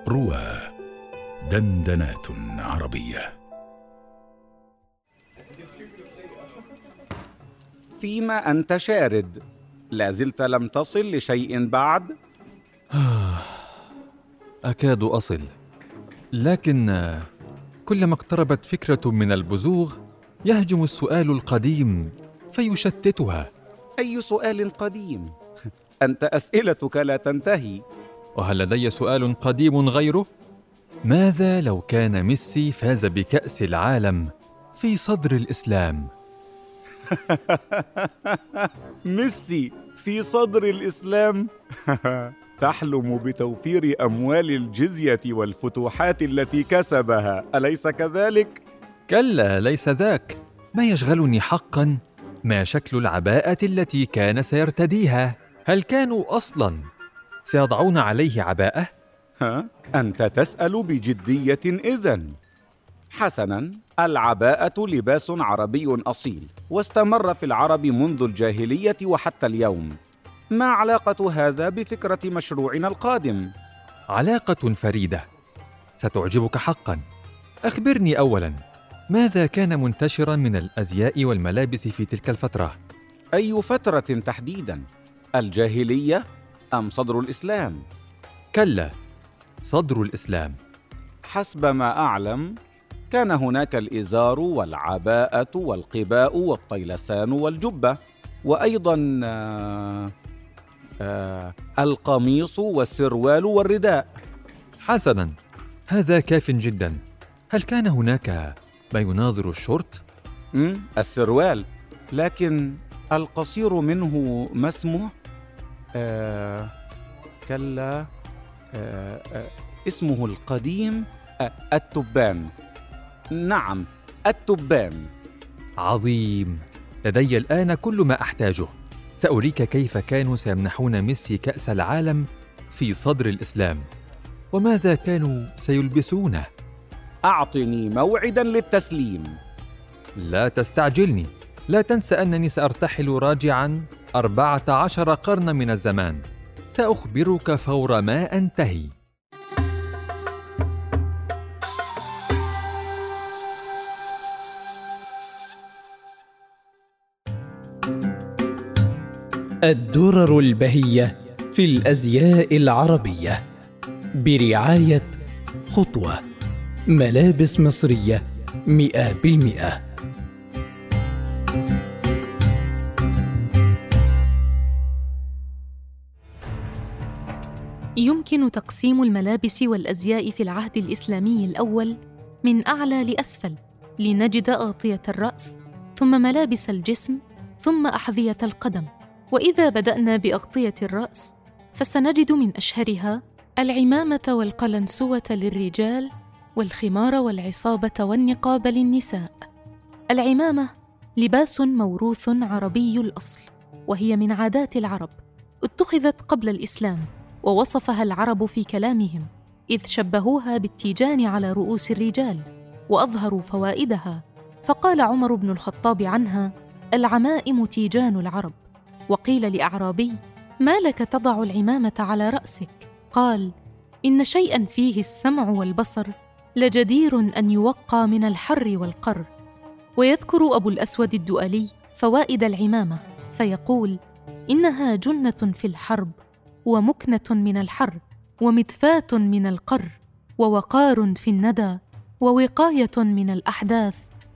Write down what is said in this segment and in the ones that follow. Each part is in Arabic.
روى دندنات عربية. فيما أنت شارد؟ لازلت لم تصل لشيء بعد؟ أكاد أصل، لكن كلما اقتربت فكرة من البزوغ يهجم السؤال القديم فيشتتها. أي سؤال قديم؟ أنت أسئلتك لا تنتهي. وهل لدي سؤال قديم غيره؟ ماذا لو كان ميسي فاز بكأس العالم في صدر الإسلام؟ ميسي في صدر الإسلام؟ تحلم بتوفير أموال الجزية والفتوحات التي كسبها، أليس كذلك؟ كلا، ليس ذاك. ما يشغلني حقاً ما شكل العباءة التي كان سيرتديها. هل كانوا أصلاً سيضعون عليه عباءة؟ أنت تسأل بجدية إذن. حسناً، العباءة لباس عربي أصيل، واستمر في العرب منذ الجاهلية وحتى اليوم. ما علاقة هذا بفكرة مشروعنا القادم؟ علاقة فريدة ستعجبك حقاً. أخبرني أولاً، ماذا كان منتشراً من الأزياء والملابس في تلك الفترة؟ أي فترة تحديداً؟ الجاهلية أم صدر الإسلام؟ كلا، صدر الإسلام. حسب ما أعلم كان هناك الإزار والعباءة والقباء والطيلسان والجبة، وأيضاً القميص والسروال والرداء. حسناً، هذا كاف جداً. هل كان هناك ما يناظر الشورت؟ السروال، لكن القصير منه ما اسمه؟ كلا، اسمه القديم التبان. نعم، التبان. عظيم، لدي الآن كل ما أحتاجه. سأريك كيف كانوا سيمنحون ميسي كأس العالم في صدر الإسلام، وماذا كانوا سيلبسونه. أعطني موعداً للتسليم. لا تستعجلني، لا تنسى أنني سأرتحل راجعاً 14 قرن من الزمان. سأخبرك فور ما أنتهي. الدرر البهية في الأزياء العربية برعاية خطوة، ملابس مصرية 100%. يمكن تقسيم الملابس والأزياء في العهد الإسلامي الأول من أعلى لأسفل، لنجد أغطية الرأس، ثم ملابس الجسم، ثم أحذية القدم. وإذا بدأنا بأغطية الرأس فسنجد من أشهرها العمامة والقلنسوة للرجال، والخمار والعصابة والنقاب للنساء. العمامة لباس موروث عربي الأصل، وهي من عادات العرب، اتخذت قبل الإسلام، ووصفها العرب في كلامهم، إذ شبهوها بالتيجان على رؤوس الرجال وأظهروا فوائدها. فقال عمر بن الخطاب عنها: العمائم تيجان العرب. وقيل لأعرابي: ما لك تضع العمامة على رأسك؟ قال: إن شيئاً فيه السمع والبصر لجدير أن يوقى من الحر والقر. ويذكر أبو الأسود الدؤلي فوائد العمامة فيقول: إنها جنة في الحرب، ومكنة من الحر، ومدفاة من القر، ووقار في الندى، ووقاية من الأحداث،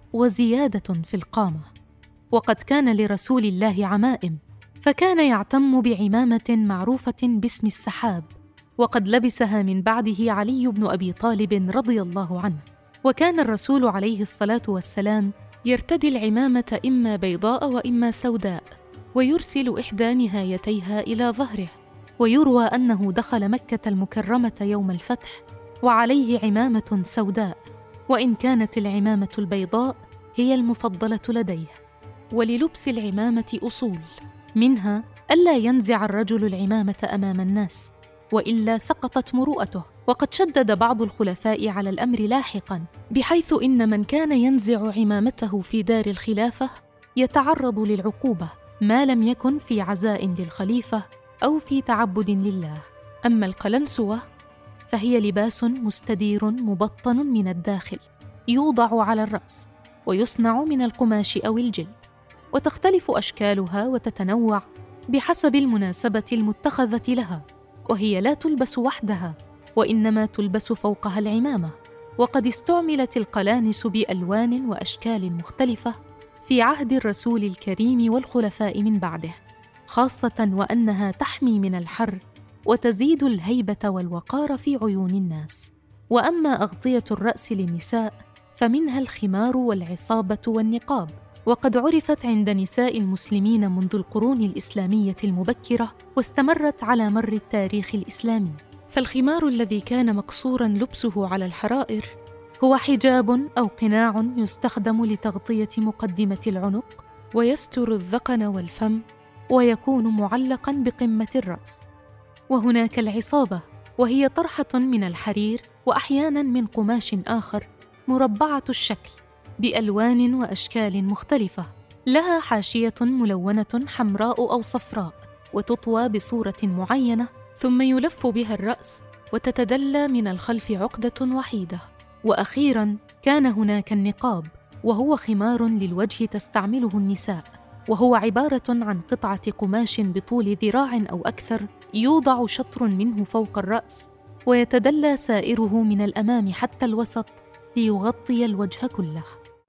وزيادة في القامة. وقد كان لرسول الله عمائم، فكان يعتم بعمامة معروفة باسم السحاب، وقد لبسها من بعده علي بن أبي طالب رضي الله عنه. وكان الرسول عليه الصلاة والسلام يرتدي العمامة إما بيضاء وإما سوداء، ويرسل إحدى نهايتيها إلى ظهره. ويروى أنه دخل مكة المكرمة يوم الفتح وعليه عمامة سوداء، وإن كانت العمامة البيضاء هي المفضلة لديه. وللبس العمامة أصول، منها ألا ينزع الرجل العمامة أمام الناس، وإلا سقطت مروءته. وقد شدد بعض الخلفاء على الأمر لاحقاً، بحيث إن من كان ينزع عمامته في دار الخلافة يتعرض للعقوبة، ما لم يكن في عزاء للخليفة أو في تعبد لله. أما القلنسوة فهي لباس مستدير مبطن من الداخل، يوضع على الرأس ويصنع من القماش أو الجلد، وتختلف أشكالها وتتنوع بحسب المناسبة المتخذة لها، وهي لا تلبس وحدها وإنما تلبس فوقها العمامة. وقد استعملت القلانس بألوان وأشكال مختلفة في عهد الرسول الكريم والخلفاء من بعده، خاصة وأنها تحمي من الحر وتزيد الهيبة والوقار في عيون الناس. وأما أغطية الرأس للنساء فمنها الخمار والعصابة والنقاب، وقد عرفت عند نساء المسلمين منذ القرون الإسلامية المبكرة، واستمرت على مر التاريخ الإسلامي. فالخمار الذي كان مقصوراً لبسه على الحرائر هو حجاب أو قناع يستخدم لتغطية مقدمة العنق ويستر الذقن والفم، ويكون معلقاً بقمة الرأس. وهناك العصابة، وهي طرحة من الحرير وأحياناً من قماش آخر مربعة الشكل بألوان وأشكال مختلفة، لها حاشية ملونة حمراء أو صفراء، وتطوى بصورة معينة ثم يلف بها الرأس وتتدلى من الخلف عقدة وحيدة. وأخيراً كان هناك النقاب، وهو خمار للوجه تستعمله النساء، وهو عبارة عن قطعة قماش بطول ذراع أو أكثر، يوضع شطر منه فوق الرأس ويتدلى سائره من الأمام حتى الوسط ليغطي الوجه كله.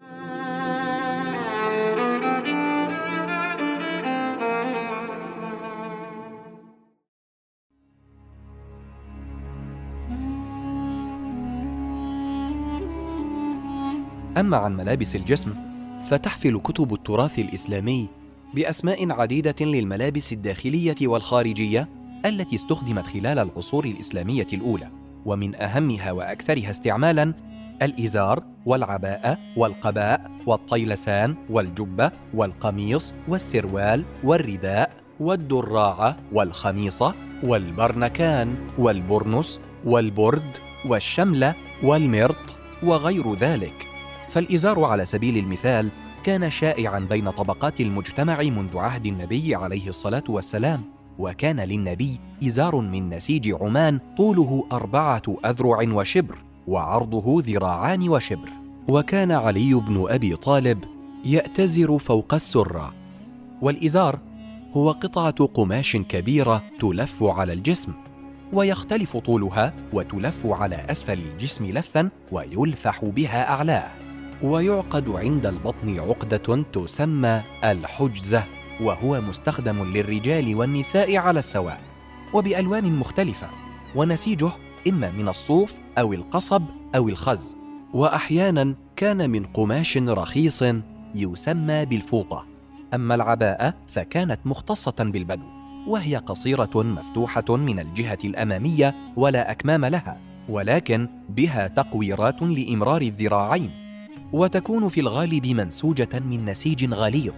أما عن ملابس الجسم فتحفل كتب التراث الإسلامي بأسماء عديدة للملابس الداخلية والخارجية التي استخدمت خلال العصور الإسلامية الأولى، ومن أهمها وأكثرها استعمالاً الإزار والعباءة والقباء والطيلسان والجبة والقميص والسروال والرداء والدراعة والخميصة والبرنكان والبرنس والبرد والشملة والمرط وغير ذلك. فالإزار على سبيل المثال كان شائعاً بين طبقات المجتمع منذ عهد النبي عليه الصلاة والسلام، وكان للنبي إزار من نسيج عمان طوله 4 أذرع وشبر وعرضه 2 ذراعان وشبر، وكان علي بن أبي طالب يأتزر فوق السرة. والإزار هو قطعة قماش كبيرة تلف على الجسم، ويختلف طولها وتلف على أسفل الجسم لفاً ويلفح بها أعلاه، ويعقد عند البطن عقدة تسمى الحجزة، وهو مستخدم للرجال والنساء على السواء وبألوان مختلفة، ونسيجه إما من الصوف أو القصب أو الخز، وأحياناً كان من قماش رخيص يسمى بالفوطة. أما العباءة فكانت مختصة بالبدو، وهي قصيرة مفتوحة من الجهة الأمامية ولا أكمام لها، ولكن بها تقويرات لإمرار الذراعين، وتكون في الغالب منسوجة من نسيج غليظ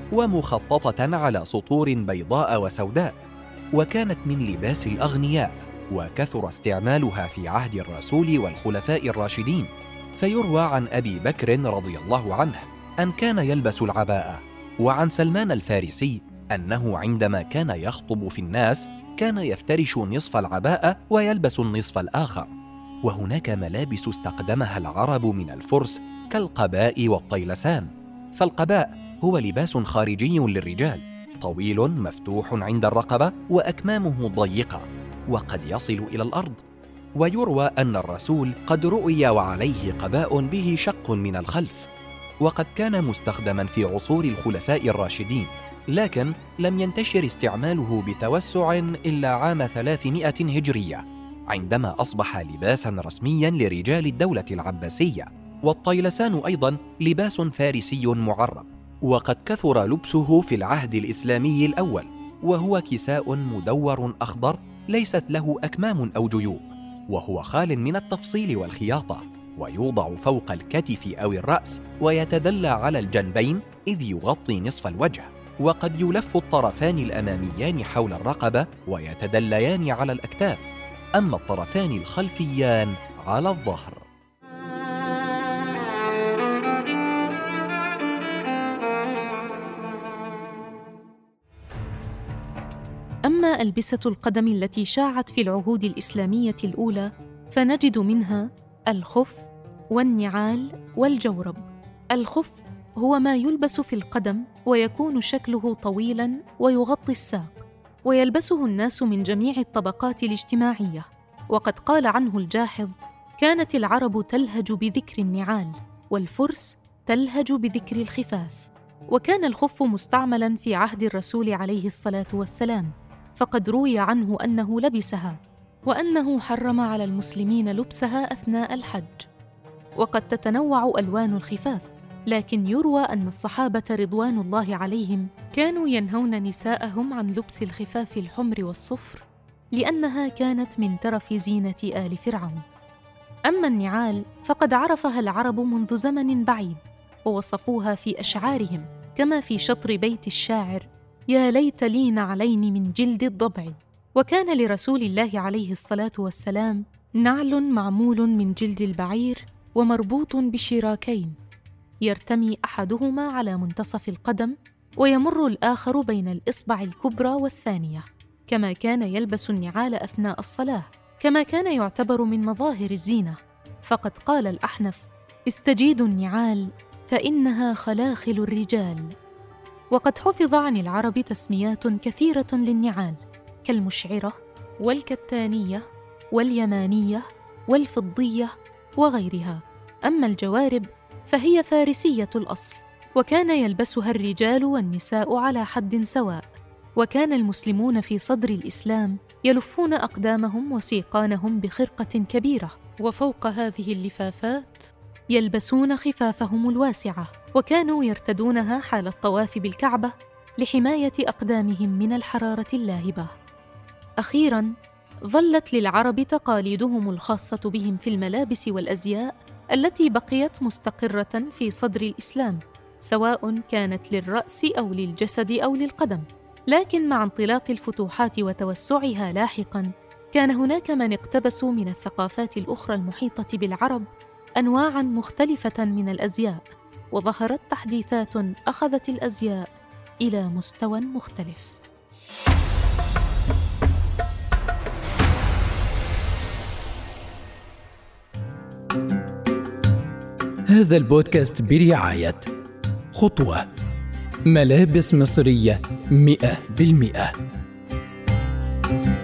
ومخططة على سطور بيضاء وسوداء، وكانت من لباس الأغنياء، وكثر استعمالها في عهد الرسول والخلفاء الراشدين. فيروى عن أبي بكر رضي الله عنه أن كان يلبس العباءة، وعن سلمان الفارسي أنه عندما كان يخطب في الناس كان يفترش نصف العباءة ويلبس النصف الآخر. وهناك ملابس استخدمها العرب من الفرس كالقباء والطيلسان. فالقباء هو لباس خارجي للرجال طويل مفتوح عند الرقبة وأكمامه ضيقة وقد يصل إلى الأرض. ويروى أن الرسول قد رؤي وعليه قباء به شق من الخلف، وقد كان مستخدما في عصور الخلفاء الراشدين، لكن لم ينتشر استعماله بتوسع إلا عام 300 هجرية عندما أصبح لباسا رسميا لرجال الدولة العباسية. والطيلسان أيضا لباس فارسي معرب، وقد كثر لبسه في العهد الإسلامي الأول، وهو كساء مدور أخضر ليست له أكمام أو جيوب، وهو خال من التفصيل والخياطة، ويوضع فوق الكتف أو الرأس ويتدلى على الجنبين إذ يغطي نصف الوجه، وقد يلف الطرفان الأماميان حول الرقبة ويتدليان على الأكتاف، أما الطرفان الخلفيان على الظهر. أما ألبسة القدم التي شاعت في العهود الإسلامية الأولى فنجد منها الخف والنعال والجورب. الخف هو ما يلبس في القدم ويكون شكله طويلاً ويغطي الساق، ويلبسه الناس من جميع الطبقات الاجتماعية. وقد قال عنه الجاحظ: كانت العرب تلهج بذكر النعال، والفرس تلهج بذكر الخفاف. وكان الخف مستعملاً في عهد الرسول عليه الصلاة والسلام، فقد روي عنه أنه لبسها، وأنه حرم على المسلمين لبسها أثناء الحج. وقد تتنوع ألوان الخفاف، لكن يروى أن الصحابة رضوان الله عليهم كانوا ينهون نساءهم عن لبس الخفاف الحمر والصفر، لأنها كانت من ترف زينة آل فرعون. أما النعال فقد عرفها العرب منذ زمن بعيد، ووصفوها في أشعارهم، كما في شطر بيت الشاعر: يا ليت لي نعلين من جلد الضبع. وكان لرسول الله عليه الصلاة والسلام نعل معمول من جلد البعير ومربوط بشراكين، يرتمي أحدهما على منتصف القدم ويمر الآخر بين الإصبع الكبرى والثانية. كما كان يلبس النعال أثناء الصلاة، كما كان يعتبر من مظاهر الزينة. فقد قال الأحنف: استجيدوا النعال فإنها خلاخل الرجال. وقد حفظ عن العرب تسميات كثيرة للنعال، كالمشعرة والكتانية واليمانية والفضية وغيرها. أما الجوارب فهي فارسية الأصل، وكان يلبسها الرجال والنساء على حد سواء. وكان المسلمون في صدر الإسلام يلفون أقدامهم وسيقانهم بخرقة كبيرة، وفوق هذه اللفافات يلبسون خفافهم الواسعة، وكانوا يرتدونها حال الطواف بالكعبة لحماية أقدامهم من الحرارة اللاهبة. أخيراً، ظلت للعرب تقاليدهم الخاصة بهم في الملابس والأزياء التي بقيت مستقرة في صدر الإسلام، سواء كانت للرأس أو للجسد أو للقدم. لكن مع انطلاق الفتوحات وتوسعها لاحقاً، كان هناك من اقتبسوا من الثقافات الأخرى المحيطة بالعرب أنواعاً مختلفة من الأزياء، وظهرت تحديثات أخذت الأزياء إلى مستوى مختلف. هذا البودكاست برعاية خطوة، ملابس مصرية 100%.